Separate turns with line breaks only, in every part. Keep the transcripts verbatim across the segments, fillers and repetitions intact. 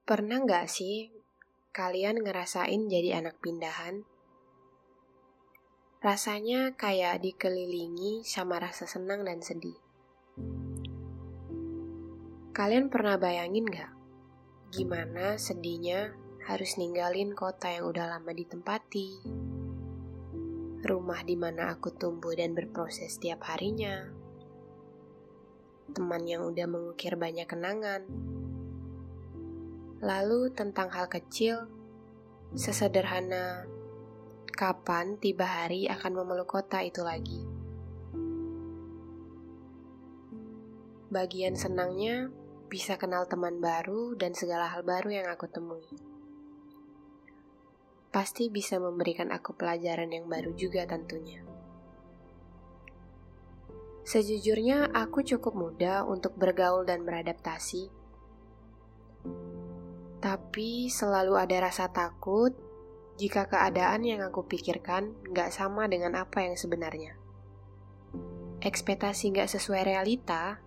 Pernah nggak sih kalian ngerasain jadi anak pindahan? Rasanya kayak dikelilingi sama rasa senang dan sedih. Kalian pernah bayangin nggak gimana sedihnya harus ninggalin kota yang udah lama ditempati, rumah di mana aku tumbuh dan berproses setiap harinya, teman yang udah mengukir banyak kenangan. Lalu tentang hal kecil, sesederhana kapan tiba hari akan memeluk kota itu lagi. Bagian senangnya bisa kenal teman baru dan segala hal baru yang aku temui. Pasti bisa memberikan aku pelajaran yang baru juga tentunya. Sejujurnya aku cukup mudah untuk bergaul dan beradaptasi. Tapi selalu ada rasa takut jika keadaan yang aku pikirkan gak sama dengan apa yang sebenarnya. Ekspektasi gak sesuai realita.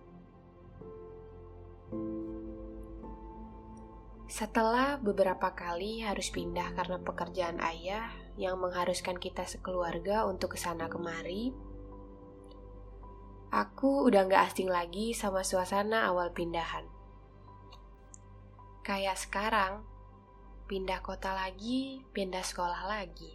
Setelah beberapa kali harus pindah karena pekerjaan ayah yang mengharuskan kita sekeluarga untuk kesana kemari, aku udah gak asing lagi sama suasana awal pindahan. Kayak sekarang, pindah kota lagi, pindah sekolah lagi.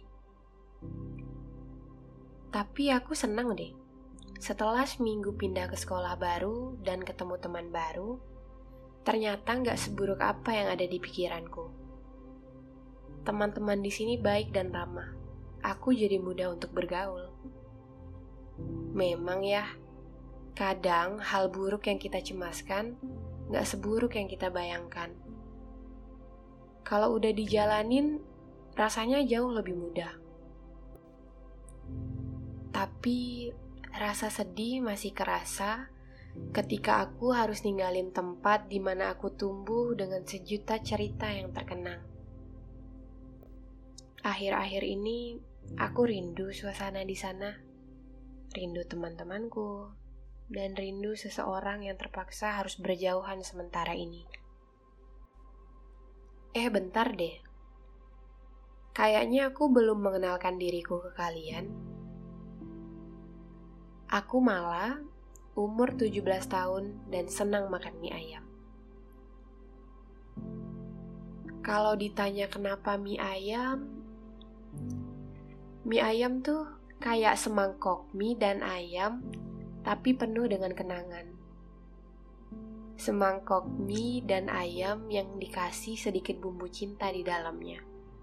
Tapi aku senang deh. Setelah seminggu pindah ke sekolah baru dan ketemu teman baru, ternyata gak seburuk apa yang ada di pikiranku. Teman-teman di sini baik dan ramah. Aku jadi mudah untuk bergaul. Memang ya, kadang hal buruk yang kita cemaskan gak seburuk yang kita bayangkan. Kalau udah dijalanin, rasanya jauh lebih mudah. Tapi rasa sedih masih kerasa ketika aku harus ninggalin tempat di mana aku tumbuh dengan sejuta cerita yang terkenang. Akhir-akhir ini aku rindu suasana di sana, rindu teman-temanku, dan rindu seseorang yang terpaksa harus berjauhan sementara ini. Eh bentar deh, kayaknya aku belum mengenalkan diriku ke kalian. Aku Mala, umur tujuh belas tahun dan senang makan mie ayam. Kalau ditanya kenapa mie ayam, mie ayam tuh kayak semangkok mie dan ayam, tapi penuh dengan kenangan. Semangkok mie dan ayam yang dikasih sedikit bumbu cinta di dalamnya.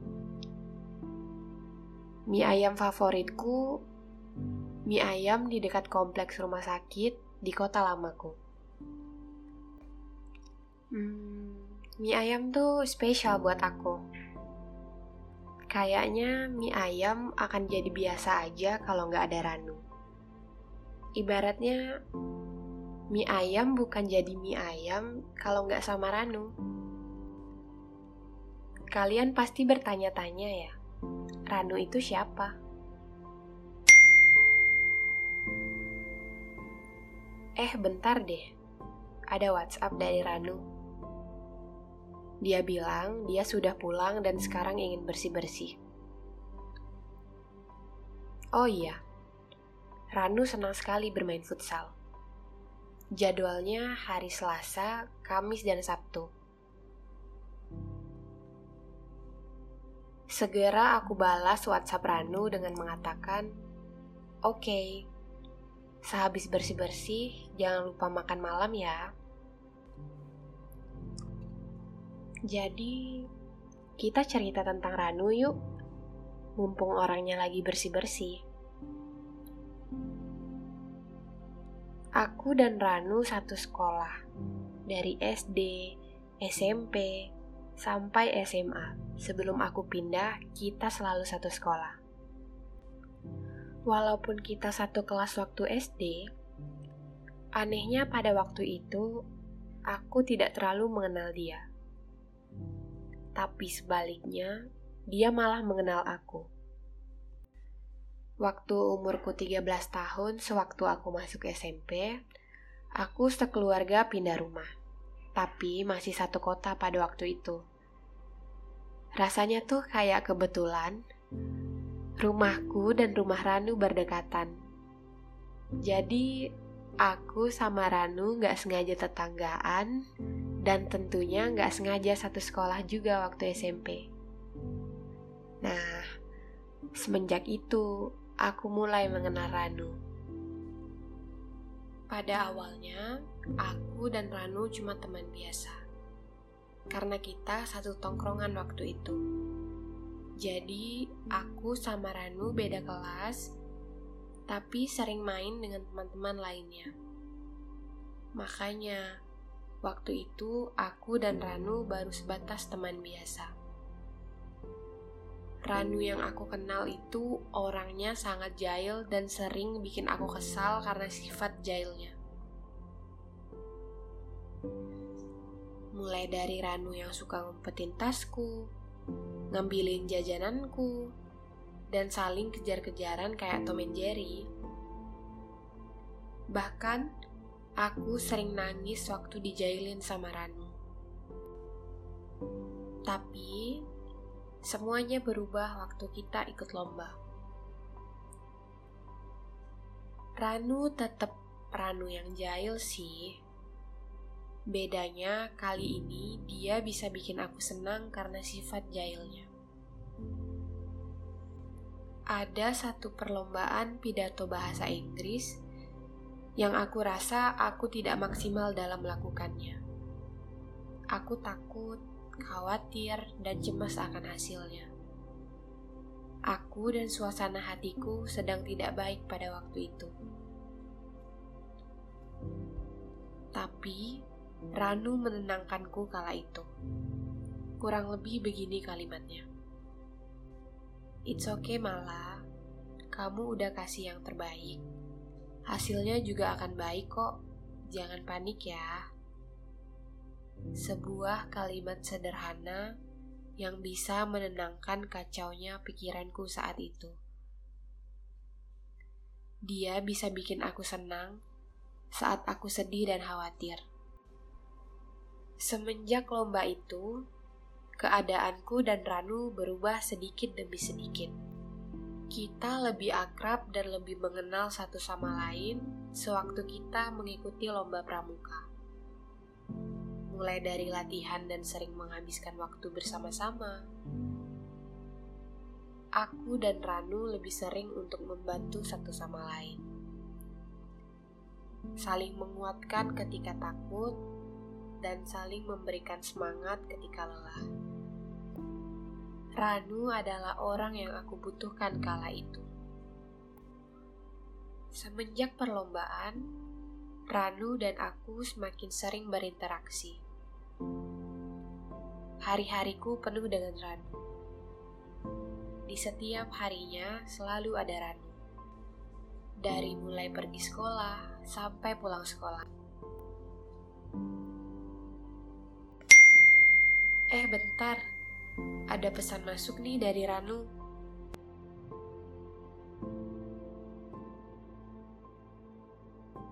Mie ayam favoritku, mie ayam di dekat kompleks rumah sakit di kota lamaku. Hmm, mie ayam tuh spesial buat aku. Kayaknya mie ayam akan jadi biasa aja kalau nggak ada Ranu. Ibaratnya mie ayam bukan jadi mie ayam kalau nggak sama Ranu. Kalian pasti bertanya-tanya ya, Ranu itu siapa? Eh bentar deh, ada WhatsApp dari Ranu. Dia bilang dia sudah pulang dan sekarang ingin bersih-bersih. Oh iya, Ranu senang sekali bermain futsal. Jadwalnya hari Selasa, Kamis, dan Sabtu. Segera aku balas WhatsApp Ranu dengan mengatakan, Oke, okay, sehabis bersih-bersih, jangan lupa makan malam ya. Jadi, kita cerita tentang Ranu yuk, mumpung orangnya lagi bersih-bersih. Aku dan Ranu satu sekolah, dari S D, S M P, sampai S M A. Sebelum aku pindah, kita selalu satu sekolah. Walaupun kita satu kelas waktu S D, anehnya pada waktu itu, aku tidak terlalu mengenal dia. Tapi sebaliknya, dia malah mengenal aku. Waktu umurku tiga belas tahun, sewaktu aku masuk S M P, aku sekeluarga pindah rumah. Tapi masih satu kota pada waktu itu. Rasanya tuh kayak kebetulan rumahku dan rumah Ranu berdekatan. Jadi aku sama Ranu gak sengaja tetanggaan, dan tentunya gak sengaja satu sekolah juga waktu S M P. Nah, semenjak itu aku mulai mengenal Ranu. Pada awalnya, aku dan Ranu cuma teman biasa, karena kita satu tongkrongan waktu itu. Jadi, aku sama Ranu beda kelas, tapi sering main dengan teman-teman lainnya. Makanya, waktu itu aku dan Ranu baru sebatas teman biasa. Ranu yang aku kenal itu orangnya sangat jahil dan sering bikin aku kesal karena sifat jahilnya. Mulai dari Ranu yang suka ngumpetin tasku, ngambilin jajananku, dan saling kejar-kejaran kayak Tom and Jerry. Bahkan, aku sering nangis waktu dijailin sama Ranu. Tapi, semuanya berubah waktu kita ikut lomba. Ranu tetap Ranu yang jahil sih. Bedanya kali ini dia bisa bikin aku senang karena sifat jahilnya. Ada satu perlombaan pidato bahasa Inggris yang aku rasa aku tidak maksimal dalam melakukannya. Aku takut, khawatir, dan cemas akan hasilnya. Aku dan suasana hatiku sedang tidak baik pada waktu itu. Tapi, Ranu menenangkanku kala itu. Kurang lebih begini kalimatnya. It's okay Mala, kamu udah kasih yang terbaik. Hasilnya juga akan baik kok, jangan panik ya. Sebuah kalimat sederhana yang bisa menenangkan kacaunya pikiranku saat itu. Dia bisa bikin aku senang saat aku sedih dan khawatir. Semenjak lomba itu, keadaanku dan Ranu berubah sedikit demi sedikit. Kita lebih akrab dan lebih mengenal satu sama lain sewaktu kita mengikuti lomba pramuka. Mulai dari latihan dan sering menghabiskan waktu bersama-sama. Aku dan Ranu lebih sering untuk membantu satu sama lain. Saling menguatkan ketika takut, dan saling memberikan semangat ketika lelah. Ranu adalah orang yang aku butuhkan kala itu. Semenjak perlombaan, Ranu dan aku semakin sering berinteraksi. Hari-hariku penuh dengan Ranu. Di setiap harinya selalu ada Ranu. Dari mulai pergi sekolah sampai pulang sekolah. Eh bentar, ada pesan masuk nih dari Ranu.